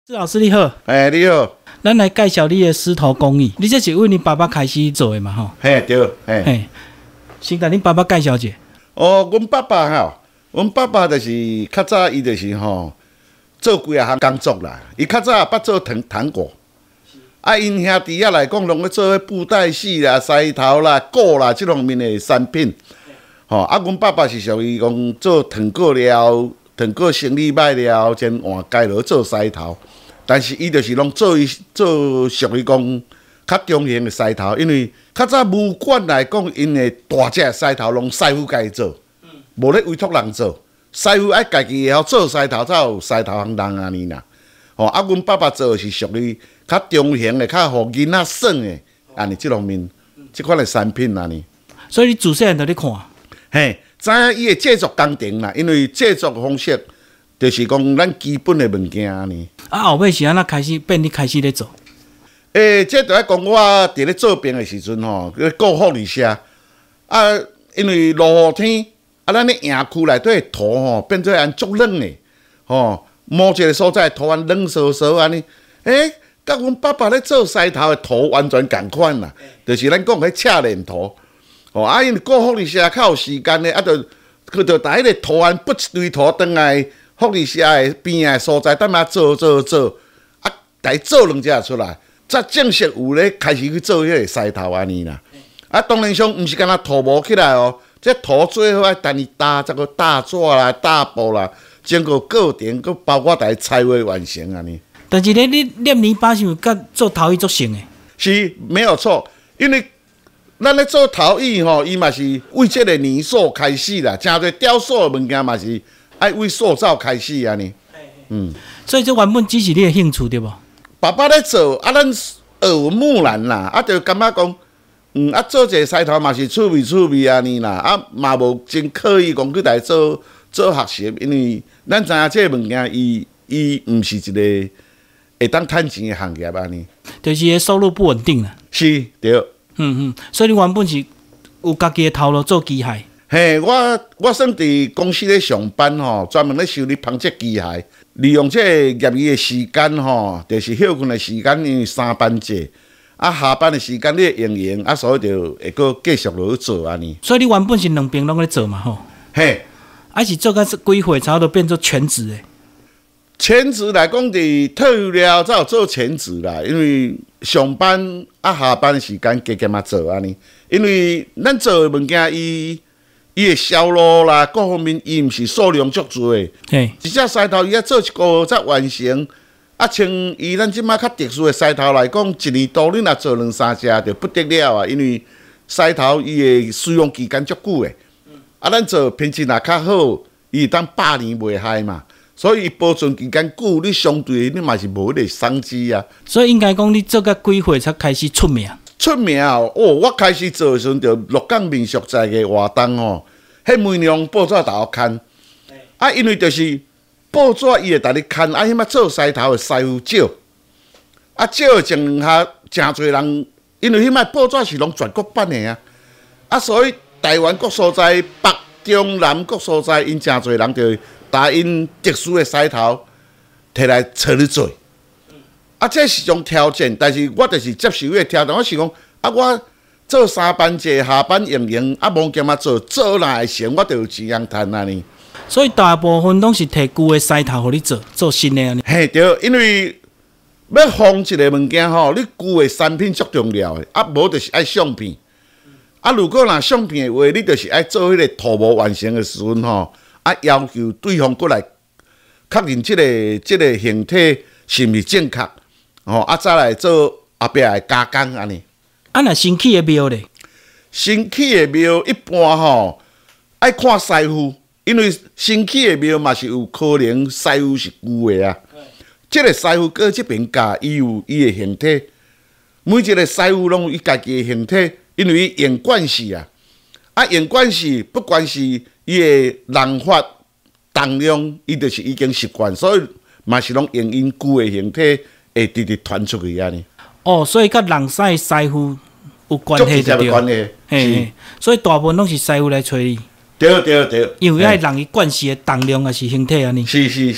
施老师你好， 你好， 咱来介绍你的狮头工艺。你这是为你爸爸开始做的嘛？吼， 对， 先甲恁爸爸介绍一下。 阮爸爸阮爸爸就是较早伊就是做几啊项工作啦。伊较早捌做糖果，因兄弟仔来讲，拢咧做布袋戏啦、狮头啦、鼓啦即方面的产品。阮爸爸是属于讲做糖果了。糖果生意歹了，才换改落做狮头，但是伊就是拢做属于讲较中型的狮头，因为较早武馆来讲，因的大只狮头拢师傅家己做，无咧委托人做，师傅爱家己会晓做狮头，才有狮头行人安尼啦。阮爸爸做的是属于较中型的，较互囡仔耍的安尼即方面，即款的产品安尼。 所以你自细汉就咧看。 知影伊的制作工程啦，因为制作方式就是讲咱基本的物件安尼。 后尾是安怎开始变你开始咧做？ 这就要讲我伫咧做兵的时阵咧顾福利社因为落雨天咱咧营区内底的土变做安足冷的某一个所在土安冷飕飕安尼，甲阮爸爸咧做狮头的土完全共款啦，就是咱讲迄赤练土。因为顾福利社较有时间咧，佮着把迄个图案不一堆图转来福利社的边的所在，等下做，来做两只出来，才正式有咧开始去做迄个狮头安尼啦。当然上毋是干那涂无起来这涂最好爱等伊搭这个大纸啦、大布啦，整个过程佮包括台彩绘完成安尼。 但是咧，你捏泥巴是毋是甲做陶艺足像的？ 是没有错，因为。咱咧做陶艺伊嘛是为即个泥塑开始啦，真侪雕塑的物件嘛是爱为塑造开始安尼。 所以这原本只是你的兴趣对无？ 爸爸咧做咱耳闻目染啦，就感觉讲，做一个狮头嘛是趣味安尼啦，嘛无真刻意讲去来做学习，因为咱知影这个物件伊毋是一个会当趁钱的行业安尼。 就是收入不稳定啦。 是，对。 所以你原本是有家己的头路做机械。 我算伫公司咧上班专门咧修理纺织机械，利用这个业余的时间就是休困的时间，因为3班制，下班的时间你营业，所以就会搁继续落去做安尼。 所以你原本是两边拢咧做嘛吼？是做到几岁才都变做全职的？ 全职来讲，伫退休了才有做全职啦，因为上班下班的时间加嘛做安尼。因为咱做的物件，伊的销路啦，各方面伊毋是数量足多的。一只狮头伊要做一个月才完成，像以咱即摆较特殊的狮头来讲，一年多你若做2-3只就不得了啊，因为狮头伊的使用期间足久的。咱做品质若较好，伊会当100年袂害嘛。所以保存期间久，你相对你嘛是无迄个商机啊。 所以应该讲，你做到几岁才开始出名？ 出名我开始做的时阵，就鹿港民俗在的活动迄每年报纸都有刊。因为就是报纸伊会逐日刊，迄摆做狮头的师傅少，少种下真侪人，因为迄摆报纸是拢全国版的所以台湾各所在、北中南各所在，因真侪人就。打因特殊的狮头摕来找你做，这是种挑战，但是我就是接受迄个挑战。我是讲我做3班制，下班营业，忙兼做若会成，我就有钱通赚安尼。 所以大部分拢是摕旧的狮头互你做新的安尼。 对，因为要烘一个物件你旧的产品足重要的，无就是爱相片。如果若相片的话，你就是爱做迄个图无完成的时阵要求对方过来确认这个形体是毋是正确，再来做后壁的加工安尼。 若新起的庙咧？ 新起的庙一般爱看师傅，因为新起的庙嘛是有可能师傅是旧的这个师傅过这边教，伊有伊的形体，每一个师傅拢有伊家己的形体，因为伊用惯势用惯势不管是伊的人法、重量，伊就是已经习惯，所以嘛是拢用因旧的形体会直直传出去安尼。 所以甲人师的师傅有关系就对。所以大部分拢是师傅来找你。 对， 因为爱人伊惯势的重量也是形体安尼。 是。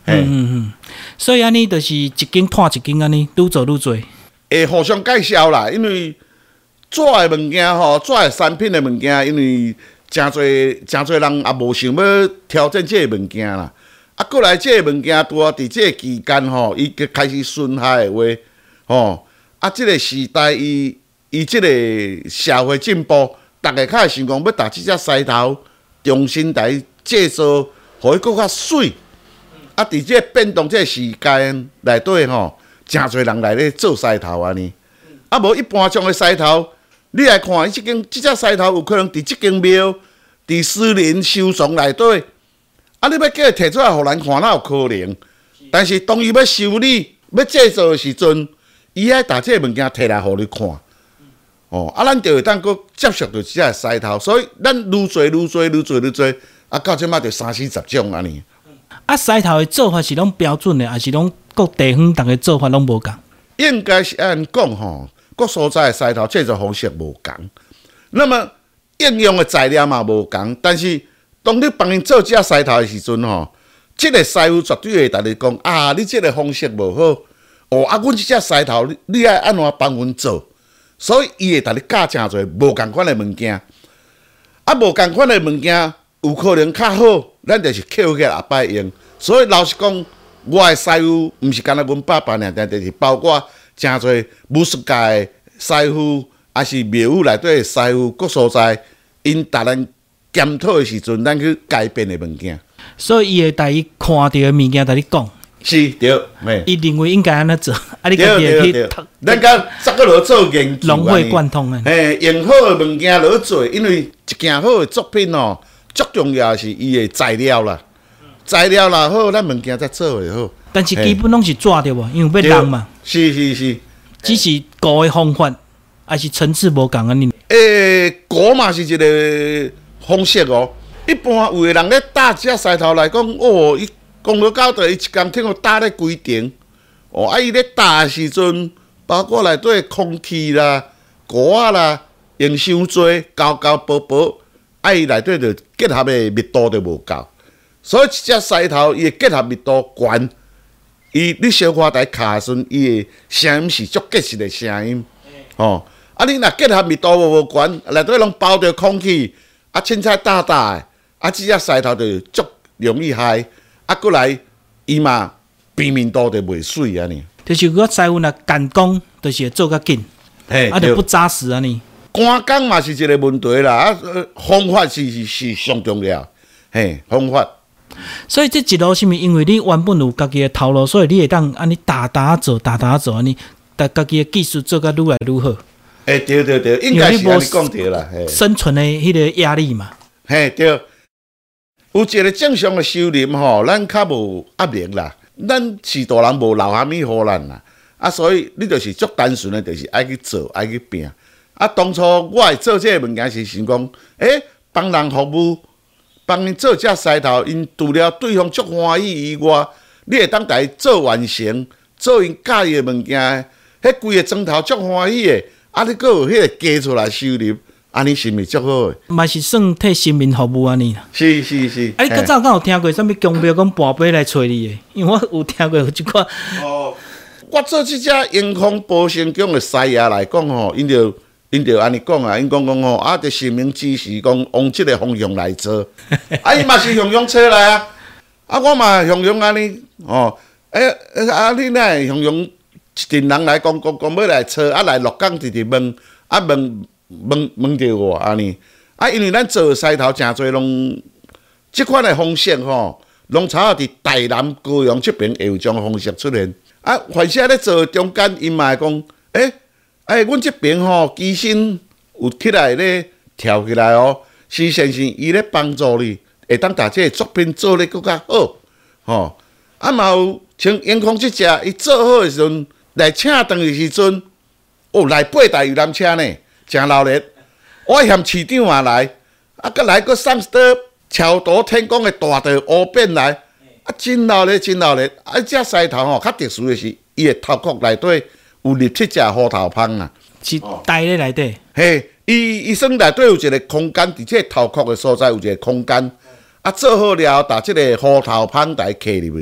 所以安尼就是一间拖一间安尼，愈做愈多。 会互相介绍啦，因为纸的物件吼，纸的产品的物件，因为真侪人也无想要挑战这个物件啦。啊，过来这个物件拄啊，伫这个期间吼，伊开始损害的话，吼，啊，这个时代伊这个社会进步，大家较会想讲要打这只狮头，重新来制作，互伊搁较水。啊，伫这个变动这个时间内底吼，真侪人来咧做狮头安尼。啊，无一般种的狮头，你来看，这只狮头有可能伫这间庙，伫私人收藏内底。啊，你要叫伊摕出来互咱看，哪有可能？但是当伊要修理、要制作的时阵，伊爱把这个物件摕来互你看。哦，啊，咱就会当搁接受到这个狮头，所以咱愈做，啊，到即马就30-40种安尼。 啊，狮头的做法是拢标准的，还是拢各地方逐个做法拢无共？ 应该是按讲吼，各所在的狮头制作方式无共，那么应用的材料嘛无共，但是当你帮因做这狮头的时阵吼，这个师傅绝对会甲你讲啊，你这个方式无好，哦啊，阮这只狮头你爱安怎帮阮做？所以伊会甲你教真侪无共款的物件，啊，无共款的物件有可能较好，咱就是扣起来后摆用。所以老实讲，我的师傅毋是干那阮爸爸尔，但就是包括真侪武术界的师傅，还是庙宇内底的师傅，各所在因逐咱检讨的时阵，咱去改变的物件。 所以伊会带伊看到的物件，甲你讲。 是对， 伊认为应该安怎做，啊，你家己会去读。 咱甲逐个落做研究， 融会贯通啊。 用好的物件落做，因为一件好的作品哦，最重要的是伊的材料啦。材料啦好，咱物件才做会好。 但是基本拢是纸对无？因为要人嘛。 是。 只是糊的方法，还是层次无共安尼。 糊嘛是一个方式哦。一般有的人咧打只狮头来讲，哦，伊讲到到伊一工听互打咧规定。哦，啊，伊咧打的时阵，包括内底空气啦、糊仔啦，用伤多，厚薄，啊，伊内底就结合的密度就无够。所以一只狮头伊的结合密度悬，你小花台卡的时阵，伊的声音是足结实的声音。哦，啊，你若结合密度无悬，内底拢包着空气，啊，凊彩大的，啊，这只狮头就足容易害，啊，过来伊嘛平面度就袂水安尼。 就是我师傅若干工，就是会做较紧，啊，就不扎实安尼。 赶工嘛是一个问题啦，啊，方法是上重要，方法。 所以这一路是毋是因为你原本有家己的头路，所以你会当安尼打做安尼，家己的技术做甲愈来愈好。 对，应该是安尼讲对啦。 生存的迄个压力嘛。 对，有一个正常的收入吼，咱较无压力啦。咱是大人无留虾米互咱啦，啊，所以你就是足单纯的，就是爱去做，爱去拼。啊，当初我会做这个物件是想讲，帮人服务。帮因做只狮头，因除了对方足欢喜以外，你会当家做完成，做因喜意的物件，迄规个砖头足欢喜的，啊，你阁有迄个加出来收入，安尼是毋是足好的？ 嘛是算替新民服务安尼啦。 是。 啊，你较早敢有听过啥物公庙讲跋杯来找你的？因为我有听过一寡。 哦，我做即只永康保生宫的师爷来讲吼，因就安尼讲啊，因讲吼，啊，就神明指示讲往即个方向来做，啊，伊嘛是向向出来啊，啊，我嘛向向安尼，哦，啊，你哪会向向一群人来讲要来做，啊，来落岗直问，啊问着我安尼，啊，因为咱做狮头诚侪拢即款的方式吼，拢差伫台南高雄这边会有种方式出现，啊，凡是咧做中间，因嘛会讲，阮这边吼机身有起来咧跳起来哦，是先生伊咧帮助你，会当把这个作品做咧更较好，吼。啊嘛有像永康这只，伊做好的时阵来请顿的时阵，来8台游览车呢，真热烈。我嫌市长也来，啊，搁来搁送一桌超夺天宫的大道乌扁来，啊，真热烈。啊，这狮头吼较特殊的是，伊的头壳内底。有立体只虎头芳啊， 是待咧内底。 伊算内底有一个空间，伫这头壳的所在有一个空间，啊，做好了后，把这个虎头芳来刻入去，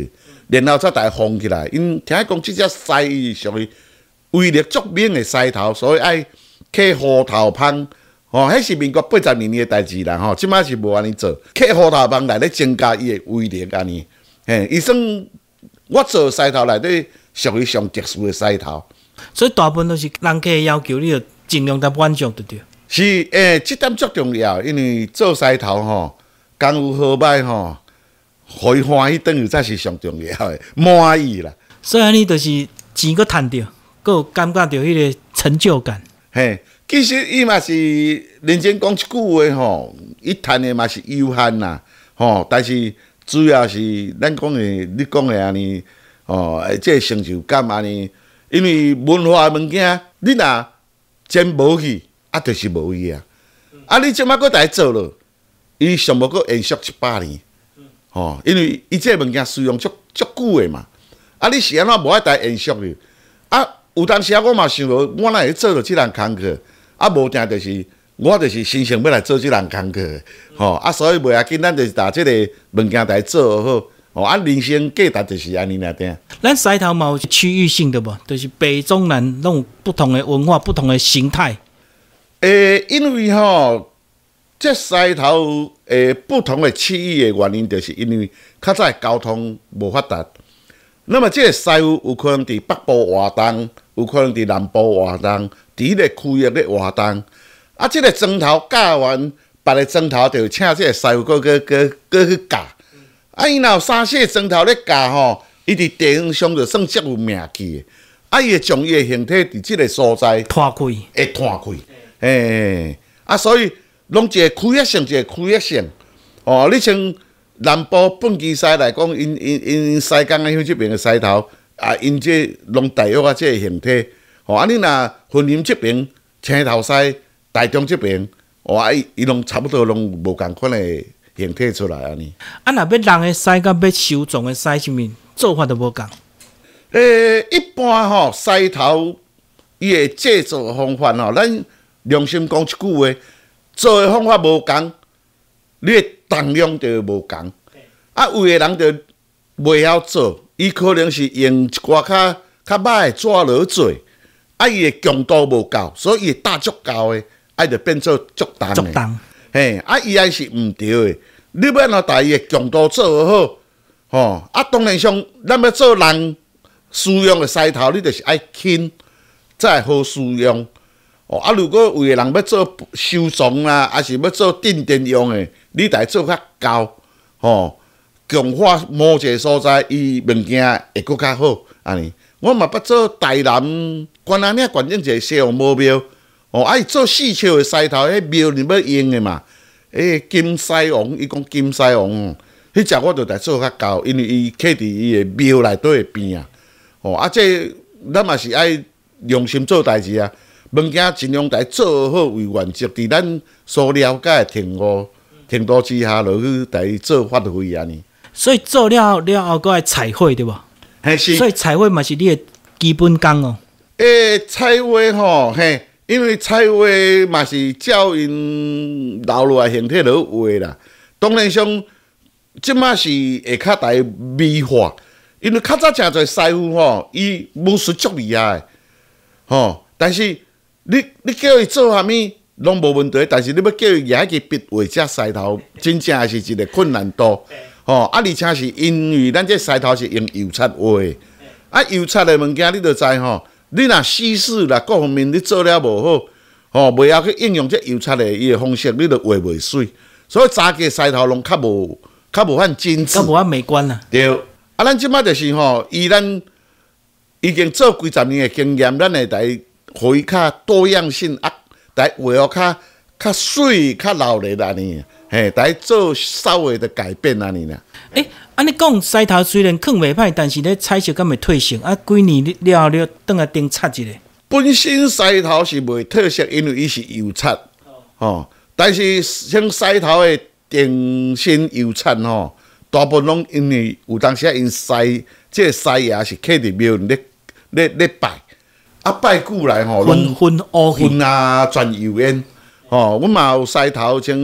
然后才大放起来。因听讲即只狮伊属于威力足猛的狮头，所以爱刻虎头芳。迄是民国80年的代志啦，即摆是无安尼做，刻虎头芳来咧增加伊的威力安尼。伊算我做狮头内底属于上特殊的狮头。 所以大部分都是人客的要求，你就尽量来满足就对。 是这点足重要，因为做狮头功夫好歹互伊欢喜，等于才是上重要的，满意啦。 所以安尼就是钱佫趁着，佫有感觉到迄个成就感。 其实伊嘛是认真讲一句话伊趁的嘛是有限啦，但是主要是咱讲的，你讲的安尼这成就感安尼，因为文化物件，你若真无去，就是无伊啊。你即摆佫来做咯，伊上无佫延续100年，因为伊这物件使用足久的嘛。你是安怎无爱来延续哩？有当时我嘛想无，我哪会做着即项工课？无定就是我就是心想要来做即项工课的，所以袂要紧，咱就是拿即个物件来做好。人生价值就是安尼尔定。 咱狮头嘛有区域性的无，就是北中南拢有不同的文化、不同的形态。 因为这狮头不同的区域的原因，就是因为较早交通无发达。那么这个狮有可能伫北部活动，有可能伫南部活动，伫迄个区域咧活动。这个砖头架完，别个砖头就请这个狮搁去架。伊若有3、4砖头咧架伊伫地方上就算足有名气的。伊会将伊的形体伫即个所在摊开， 会摊开。所以拢一个区域性，一个区域性。你像南部本基狮来讲，因西港乡即边的狮头，因这拢大约这个形体。你若云林这边青头狮，台中这边，伊拢差不多拢无共款的形体出来安尼。 若要人的狮甲要收藏的狮，是物做法都无共。 一般狮头伊的制作方法咱良心讲一句话，做的方法无共。你的重量就无共，有的人就袂晓做，伊可能是用一寡较歹的纸落做，伊的强度无够，所以伊会打足够的，就变做足重的。伊还是毋对的。你要哪把伊的强度做好，当然上咱要做人使用的狮头，你就是爱轻，才会好使用。如果有的人要做收藏啦，还是要做定电用的，你得做较高，强化某一个所在，伊物件会搁较好。安尼，我嘛捌做台南关安岭关键一个西王母庙，伊做4笑的狮头，迄庙里要用的嘛。金狮王，伊讲金狮王，迄只我就得做较高，因为伊刻伫伊的庙内底的边啊。这咱嘛是爱用心做代志啊。物件尽量来做好为原则，伫咱所了解的程度之下，落去来做发挥安尼。 所以做了后，佫爱彩绘对无？ 是。 所以彩绘嘛是你的基本功哦。 彩绘因为彩绘嘛是照因留落来形体落画啦。当然上，即马是会较大美化，因为较早诚侪师傅伊武术足厉害的，但是。你叫伊做啥物拢无问题，但是你要叫伊举起笔画只狮头，真正是一个困难度。而且是因为咱这狮头是用油漆画的，油漆的物件你就知你若稀释啦各方面你做了无好，袂晓去应用这油漆的伊的方式，你就画袂水。所以早期狮头拢较无遐精致， 较无遐美观啦。 对，咱即摆就是咱已经做几十年的经验，咱会来。互伊较多样性来画较水、较老练安尼，来做稍微的改变安尼啦。 安尼讲狮头虽然囥袂歹，但是咧彩色敢会褪色，几年了后转来顶擦一个。 本身狮头是袂褪色，因为伊是油漆，但是像狮头的顶身油漆大部分拢因为有当时因这狮爷是刻伫庙咧拜。拜久来昏乌去昏啊，全油烟。阮嘛有狮头，像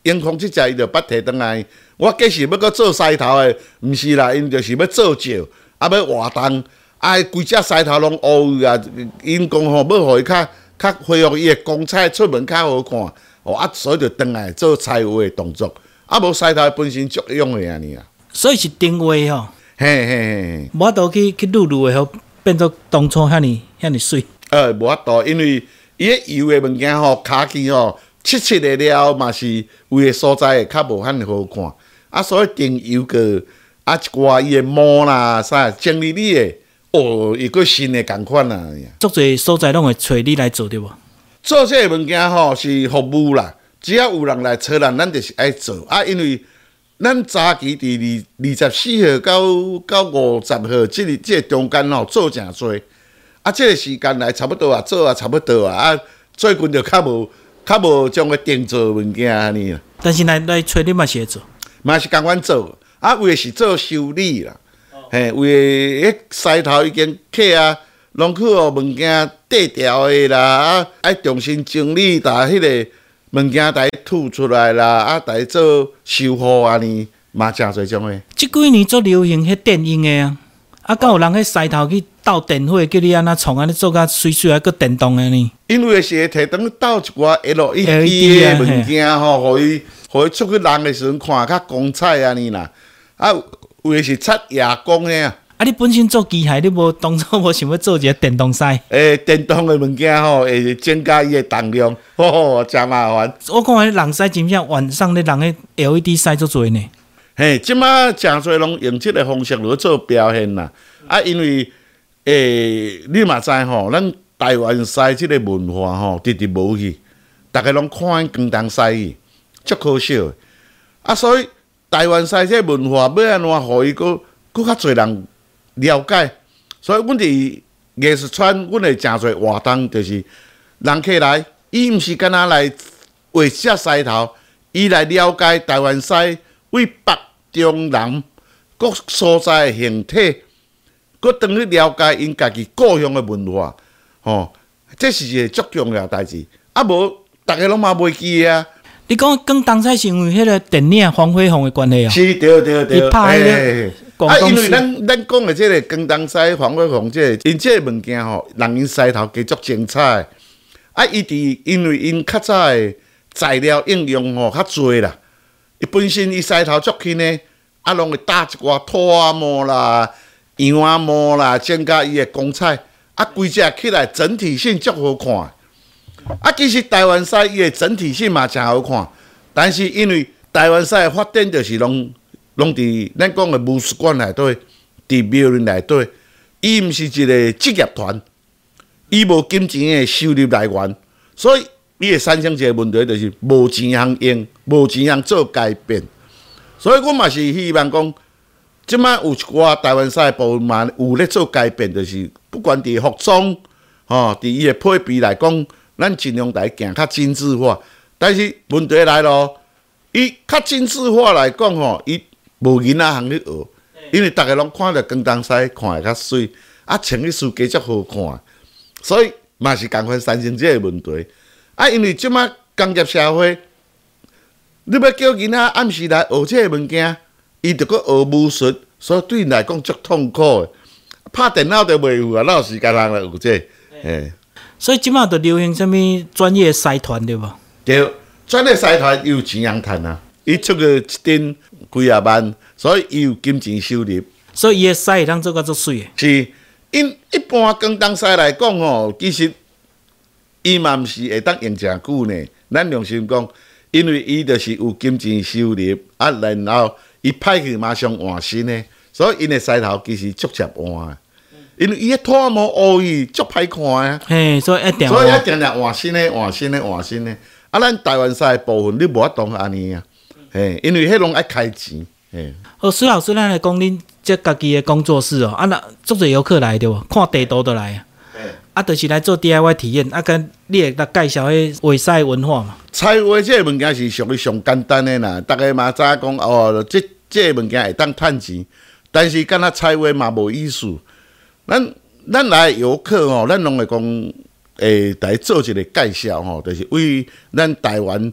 烟空即只伊就捌摕倒来。我计是要搁做狮头的，毋是啦，因就是要做石，啊要活动，啊规只狮头拢乌啊，因讲吼要互伊较恢复伊的光彩，出门较好看，啊所以就倒来做彩绘的动作，啊无狮头本身足用的安尼啦。 所以是定画吼， 嘿嘿嘿， 无法度去录的吼，变做当初遐尼水。 无法度，因为伊迄油的物件吼，骹起吼切的了，嘛是有的所在会较无遐好看。啊，所以定油个啊一寡伊的毛啦啥整理你的，伊个新的共款啦。 足侪所在拢会找你来做对无？ 做这个物件吼是服务啦，只要有人来找咱，咱就是爱做啊。因为咱早期伫24号到50号即个中间吼做诚多，啊，即个时间来差不多啊，做啊差不多啊，啊，最近就较无将个定做物件安尼啦。 但是来找你嘛是会做。 嘛是共阮做，啊，为的是做修理啦，嘿，为的迄狮头已经客啊，拢去互物件缀掉的啦，啊，爱重新整理，把迄个物件来吐出来啦，啊，来做修复安尼，嘛诚侪种的。 即几年做流行迄电音的啊，啊，敢有人迄狮头去斗电火，叫你安那创安尼做甲水水啊，搁电动的呢？ 因为是会摕当斗一寡 LED 的物件吼，互伊出去人的时阵看较光彩安尼啦。啊，为的是擦夜光的啊。 啊，你本身做机械，你无当初无想要做一个电动狮？ 电动的物件吼，会增加伊的重量，真麻烦。 我看迄人狮真正晚上咧，人迄 LED 狮足多呢。 嘿，即马诚侪拢用即个方式来做表现啦。啊，因为你嘛知吼，咱台湾狮即个文化吼，直直无去，逐个拢看广东狮去，足可惜的。啊，所以台湾狮即个文化要安怎互伊搁较侪人了解？所以阮伫艺术圈，阮会诚侪活动，就是人客来，伊毋是干那来画只狮头，伊来了解台湾狮为北中南各所在的形体，搁当去了解因家己故乡的文化，这是一个足重要代志。啊无，逐个拢嘛袂记啊。 你讲广东狮是因为迄个电影黄飞鸿的关系啊？ 是，对。 伊拍迄个啊，因为咱讲的这个广东狮、黄飞鸿因这个物件吼，人因狮头加足精彩。啊，因为因较早的材料应用吼较侪啦。伊本身伊狮头足轻的，啊，拢会搭一寡土仔毛啦、羊仔毛啦，增加伊的光彩。啊，规只起来整体性足好看。啊，其实台湾狮伊的整体性嘛诚好看，但是因为台湾狮的发展就是拢伫咱讲的武术馆内底，伫庙林内底，伊毋是一个职业团，伊无金钱的收入来源，所以伊会产生一个问题，就是无钱通用，无钱通做改变。所以我嘛是希望讲，即摆有一寡台湾狮的部分嘛有咧做改变，就是不管伫服装，伫伊的配备来讲。咱尽量来行较精致化，但是问题来咯，伊较精致化来讲吼，伊无囡仔通去学，因为逐个拢看着广东狮看会较水，啊穿迄书加足好看，所以嘛是共款产生即个问题。啊，因为即摆工业社会，你要叫囡仔暗时来学即个物件，伊着搁学武术，所以对因来讲足痛苦的。拍电脑都袂有啊，哪有时间通来学这个？嘿。 所以即马就流行什物专业狮团对无？ 对，专业狮团有钱通趁啊！伊出个一阵几啊万，所以伊有金钱收入。 所以伊的狮会当做甲足水的。 是，因一般广东狮来讲吼，其实伊嘛毋是会当用诚久呢。咱良心讲，因为伊就是有金钱收入，啊，然后伊派去马上换新的，所以因的狮头其实足接换的。因为伊迄土仔毛乌伊足歹看啊， 嘿，所以一定换新的。啊，咱台湾狮的部分你无法当安尼啊，嘿，因为迄拢爱开钱，嘿。 好，苏老师，咱来讲恁这家己的工作室哦，啊，那足侪游客来对无？看地图就来啊。啊，就是来做 DIY 体验，啊，跟你会来介绍迄画狮文化嘛？ 彩绘这个物件是属于上简单的啦，大家嘛知影讲哦，这个物件会当趁钱，但是敢若彩绘嘛无意思。咱来游客吼，咱拢会讲，来做一个介绍吼，就是为咱台湾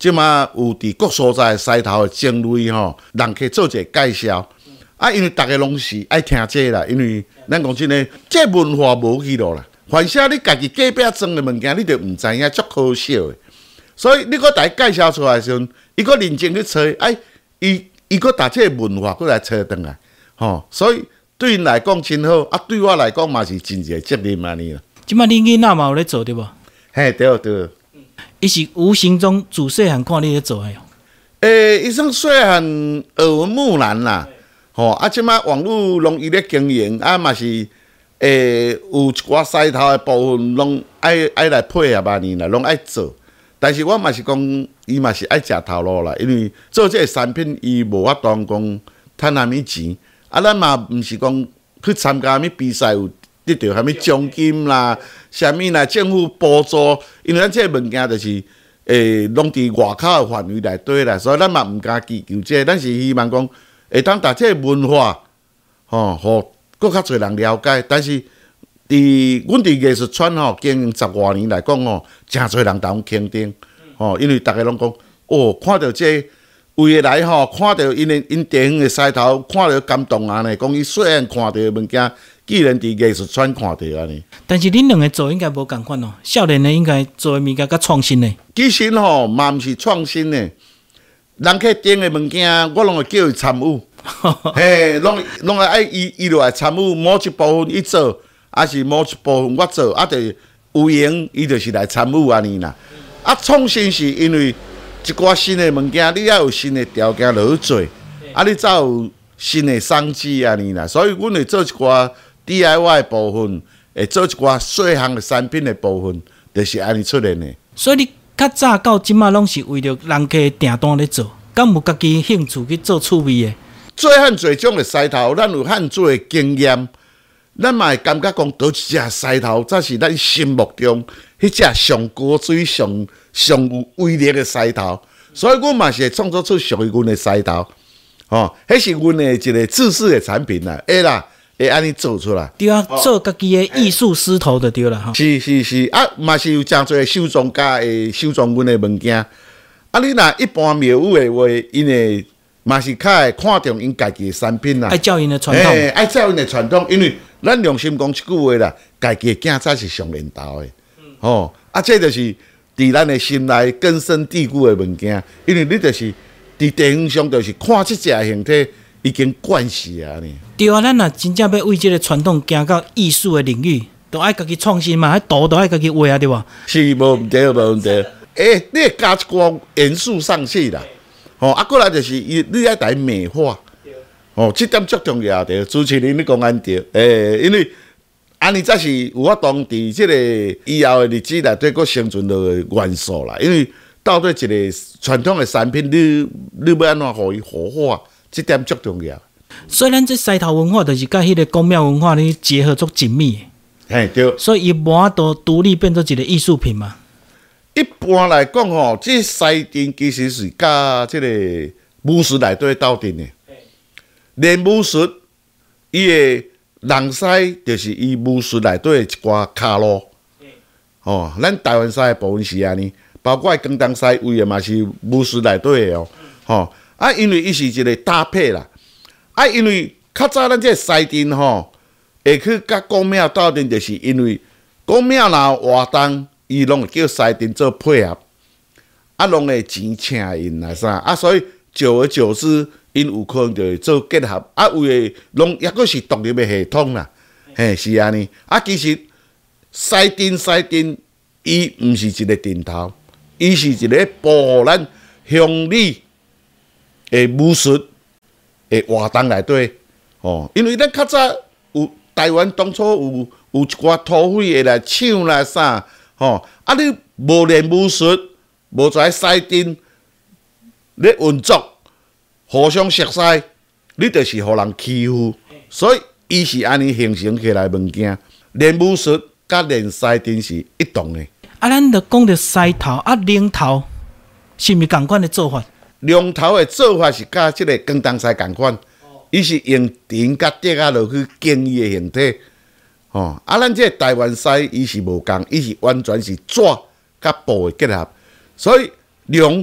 即马有伫各所在狮头的种类吼，人去做一个介绍。啊，因为逐个拢是爱听这啦，因为咱讲真诶，这文化无去咯啦。凡是你家己隔壁装的物件，你就毋知影，足可惜的。所以你搁大介绍出来的时阵，伊搁认真去找，伊搁把这个文化搁来找转来，吼。所以对因来讲真好，啊，对我来讲嘛是真一个责任安尼啦。 即摆恁囡仔嘛有咧做对无？ 嘿，对。 伊是无形中自细汉看你咧做诶。 伊算细汉耳闻目染啦，吼。啊，即摆网络拢伊咧经营，啊嘛是有一寡狮头的部分拢爱来配合安尼啦，拢爱做。但是我嘛是讲，伊嘛是爱食头路啦，因为做这个产品，伊无法当讲趁啥物钱，啊，咱嘛毋是讲去参加啥物比赛有得到啥物奖金啦，啥物啦政府补助，因为咱这个物件就是拢伫外口的范围内底啦，所以咱嘛毋敢祈求这个，咱是希望讲会当把这个文化，互搁较侪人了解，但是。阮伫艺术圈吼经营10多年来讲吼，真侪人当肯定吼，因为大家拢讲看到这为的来吼，看到因地方的狮头，看到感动安尼，讲伊虽然看到的物件，既然伫艺术圈看到安尼。 但是恁两个做应该无共款哦，少年的应该做的物件较创新的。 其实吼嘛毋是创新的，人去订的物件，我拢会叫伊参与，嘿，拢会爱伊落来参与某一部分伊做。啊是某一部分我做，啊就有闲伊就是来参与安尼啦。啊创新是因为一寡新的物件，你要有新的条件落去做，啊你才有新的商机安尼啦。所以阮会做一寡 DIY 的部分，会做一寡细项的产品的部分，就是安尼出现的。 所以你较早到即马拢是为着人客订单咧做，敢有家己兴趣去做趣味的？ 做汉侪种的狮头，咱有汉做的经验。咱嘛会感觉讲，倒一只狮头才是咱心目中迄只上高水、上有威力的狮头。所以，阮嘛是会创作出属于阮的狮头，迄是阮的一个自制的产品啦，会啦，会安尼做出来。 对啊，做家己的艺术狮头就对了哈。 是，啊，嘛是有真侪收藏家会收藏阮的物件。啊，你若一般庙宇的话，因为嘛是较会看重因家己的产品啦， 爱照因的传统， 爱照因的传统，因为。咱良心讲一句话啦，家己的囝才是上领导的，这就是伫咱的心内根深蒂固的物件，因为你就是伫地方上，就是看即只形体已经惯死啊呢。 对啊，咱若真正要为这个传统行到艺术的领域，都爱家己创新嘛，图都爱家己画啊，对吧？ 是无问题，无问题。你会加一寡元素上去啦，过来就是你爱来美化。这点足重要的，主持人你讲安对，因为安尼才是有法当伫即个以后的日子内底，佫生存到的元素啦。因为到底一个传统的产品，你要安怎互伊活化，这点足重要。 所以咱这狮头文化，就是甲迄个宫庙文化咧结合足紧密的。 对。 所以伊无法度独立变做一个艺术品嘛。 一般来讲吼，这狮阵其实是甲即个武术内底斗阵的。练武术，伊的人狮就是伊武术内底的一寡骹路。咱台湾狮的部分是安尼，包括广东狮位的嘛是武术内底的哦。因为伊是一个搭配啦。因为较早咱这个狮阵会去甲公庙斗阵，就是因为公庙若活动，伊拢会叫狮阵做配合，拢会钱请因啦啥，所以久而久之。因有可能就会做结合，为的拢抑阁是独立的系统啦，是安尼。其实狮阵，伊毋是一个阵头，伊是一个保护咱乡里的武术的活动内底。因为咱较早有台湾当初有一寡土匪会来抢啦啥，你无练武术，无在狮阵咧运作。互相熟悉，你就是互人欺负，所以伊是安尼形成起来物件。练武术甲练狮阵是一同的。 咱著讲到狮头龙头，是毋是共款的做法？ 龙头的做法是甲即个广东狮共款，伊是用顶甲底落去建伊的形体。咱这台湾狮伊是无共，伊是完全是纸甲布的结合，所以龙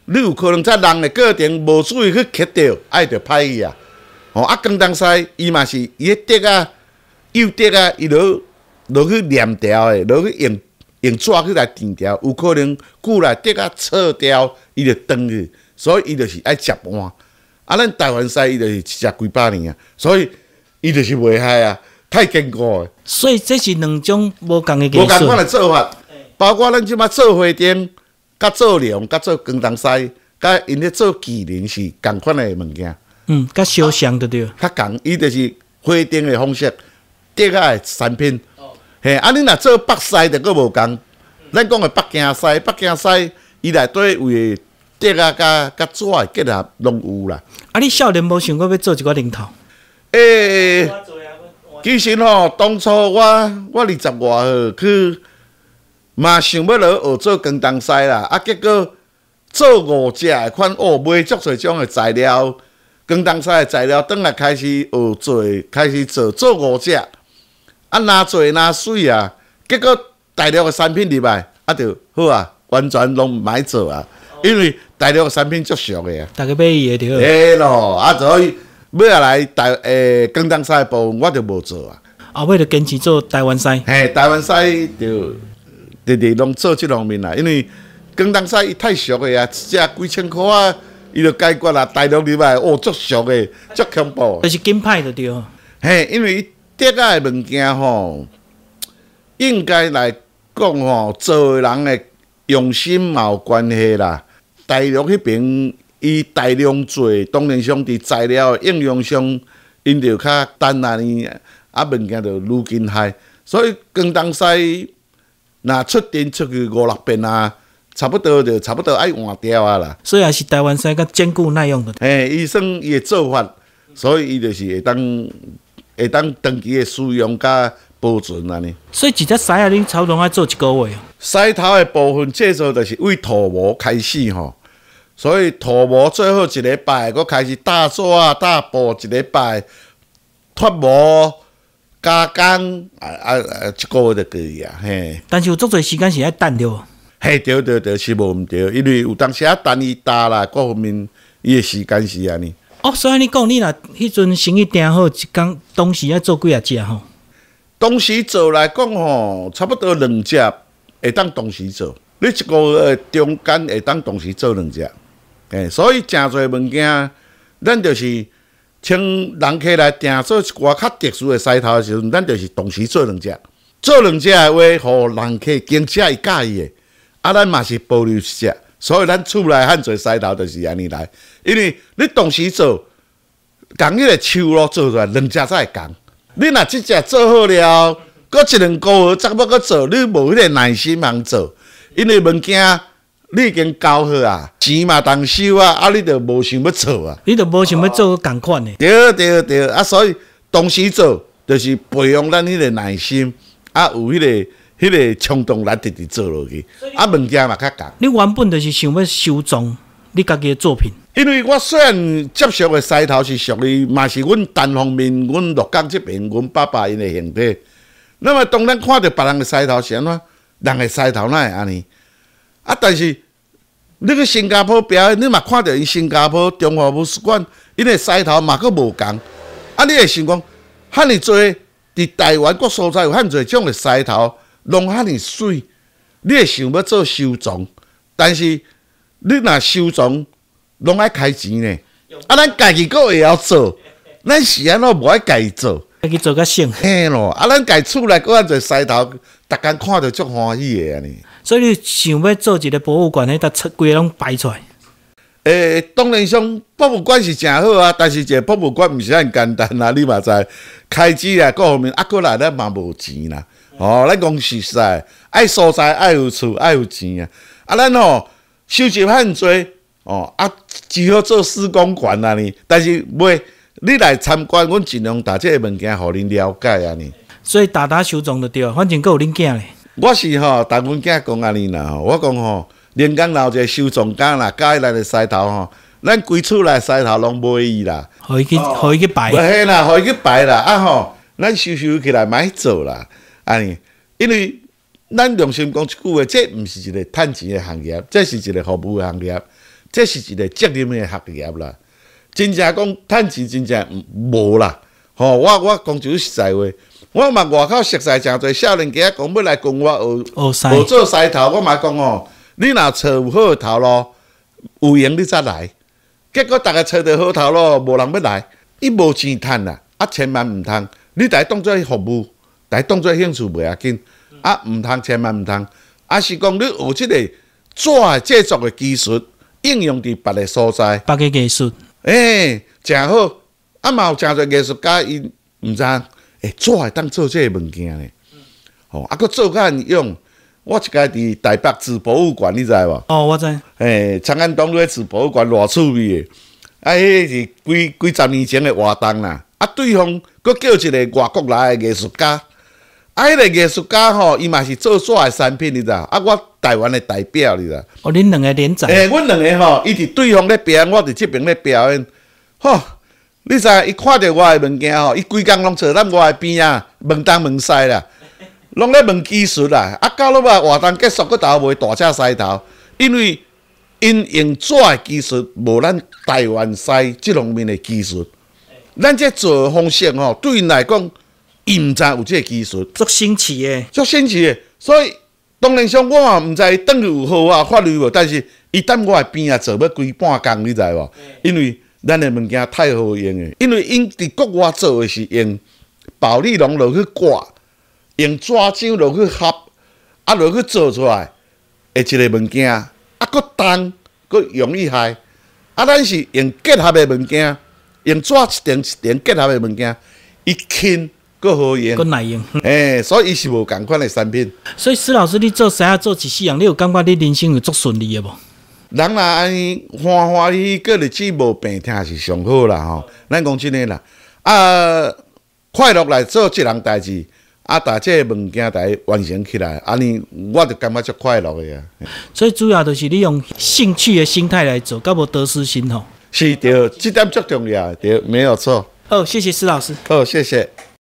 你有可能在人的过程无注意去磕到，爱着歹去啊。广东西伊嘛是伊迄竹啊、幼竹啊，伊落去粘条的，落去用纸去来填条，有可能久来竹啊错掉，伊就断去，所以伊就是爱接盘。咱台湾西伊就是食几百年啊，所以伊就是袂害啊，太坚固的。 所以这是两种无共的技术。 无共款的做法，包括咱即马做花灯、甲做龙、甲做广东西、甲因咧做麒麟是共款的物件。 甲相像对对。 较共，伊就是花灯的方式，竹仔的产品。嘿，你若做北西就佫无共。咱讲的北京西伊内底为竹仔甲纸的结合拢有啦。 你少年无想过要做一个零头？ 其实当初我20外岁去，嘛想要落学做广东西啦，结果做五只的款，买足侪种的材料，广东西的材料，转来开始学做，开始做五只，拿做拿水啊，结果大陆的产品入来，就好啊，完全拢唔爱做啊，因为大陆的产品足俗的啊， 大家买伊的对。 嘿咯，所以尾下来广东西的部分我就无做啊。 后尾就坚持做台湾西。 嘿，台湾西就直直拢做这方面啦，因为广东西伊太俗的啊，一只几千块啊，伊就解决啦。大陆入来足俗的，足恐怖。 就是金派的对。 嘿，因为竹仔的物件应该来讲做的人的用心嘛有关系啦。大陆迄边伊大量做，当然上伫材料应用上，因就较单啊呢，物件就愈紧害。所以广东西若出店出去5-6遍啊，差不多爱换掉啊啦。 所以也是台湾西较坚固耐用的。 嘿，伊算伊的做法，所以伊就是会当长期的使用甲保存安尼。 所以一只狮啊，恁差不多爱做1个月哦。 狮头的部分制作就是为吐毛开始所以吐毛最后1礼拜，佫开始打纸打布1礼拜，脱毛加工1个月就可以啊。嘿， 但是有足侪时间是爱等着。 嘿，对，是无毋对，因为有当时等伊打啦，各方面伊的时间是安尼。 所以你讲你若迄阵生意定好，一工当时要做几只吼？ 当时做来讲差不多2只会当同时做。你1个月中间会当同时做2只，所以诚侪物件，咱就是像人客来订做一寡较特殊的狮头的时阵，咱就是同时做2只。做2只的话，互人客经济会介意的，咱嘛是保留1只。所以咱厝内汉侪狮头就是安尼来，因为你同时做，共迄个树咯做出来2只才会共。你若1只做好了，搁1-2个月再要搁做，你无迄个耐心通做，因为物件你已经交好啊，钱嘛通收啊，你就无想要做啊。 你就无想要做共款的。 对，所以同时做就是培养咱迄个耐心，有迄个冲动来直直做落去，物件嘛较共。 你原本就是想要收藏你家己的作品。 因为我虽然接触的狮头是属于，嘛是阮单方面，阮鹿港这边，阮爸爸因的形体。那么当咱看到别人的狮头是安怎，人的狮头哪会安尼？但是你去新加坡表演，你嘛看到因新加坡中华美术馆，因的狮头嘛佫无共。你会想讲，遐尼多伫台湾各所在有遐侪种的狮头，拢遐尼水，你会想要做收藏，但是你若收藏，拢爱开钱呢。咱家己佫会晓做，咱是安怎无爱家己做？ 家己做较省。 嘿咯，咱家厝内佫遐侪狮头，逐工看着足欢喜的安尼。 所以你想要做一个博物馆，迄搭规个拢摆出来。 当然上博物馆是诚好啊，但是一个博物馆毋是遐简单啊，你嘛知开支啊各方面过来咱嘛无钱啦。咱讲实在，爱所在爱有厝爱有钱啊。咱收集遐多只好做施工馆啊呢。但是你来参观，阮尽量把这个物件互恁了解啊呢。 所以大收藏就对，反正佫有恁囝咧。我是甲阮囝讲安尼啦，我讲连江老一个收藏家啦，家内的狮头咱规厝内狮头拢买伊啦， 互伊去摆。 嘿啦，互伊去摆啦，咱收起来买做啦，安尼，因为咱良心讲一句话，这毋是一个趁钱的行业，这是一个服务的行业。 这是一个责任的学业啦。真正讲趁钱真正无啦。我讲句实在话，我嘛外口熟识诚侪少年家讲要来跟我学做狮头，我嘛讲你若找有好的头路，有闲你才来。结果大家找到好头路，无人要来，伊无钱趁啦，千万毋通，你来当做服务，来当做兴趣袂要紧，毋通千万毋通，是讲你学即个纸制作的技术，应用伫别个所在， 别个艺术， 诚好。嘛有诚侪艺术家，伊毋知纸会当做这个物件呢。佫做甲人用。我一家伫台北自博物馆，你知无？ 我知。 长安东路自博物馆偌趣味的，迄是几十年前的活动啦。对方佫叫一个外国来的艺术家，迄个艺术家伊嘛是做纸的产品，你知？我台湾的代表，你知？ 恁两个连载。 阮两个伊伫对方咧表演，我伫这边咧表演。你知？伊看到我的物件伊规工拢坐咱我的边啊，问东问西啦。拢咧问技术啦，到落尾活动结束，佫头卖大只狮头，因为因用纸的技术无咱台湾狮即方面的技术，咱这做方式对因来讲，伊毋知有即个技术， 足新奇的， 足新奇的。所以当然上我嘛毋知转去有好啊法律无，但是伊踮我的边啊做要规半工，你知无？因为咱的物件太好用的，因为因伫国外做的是用保丽龙落去挂。用纸张落去合，落去做出来的一个物件，佫重，佫容易害。咱是用结合的物件，用纸一点一点结合的物件，伊轻佫好用， 佫耐用。 所以伊是无共款的产品。 所以施老师，你做狮仔做一世人，你有感觉你人生有足顺利的无？ 人若安尼欢欢喜喜过日子，无病痛是上好啦咱讲真诶啦，快乐来做一人代志。但这个物件来完成起来，安尼我就感觉足快乐的呀。 所以主要就是你用兴趣的心态来做，甲无得失心吼。 是对，这点最重要，对，没有错。 好，谢谢施老师。 好，谢谢。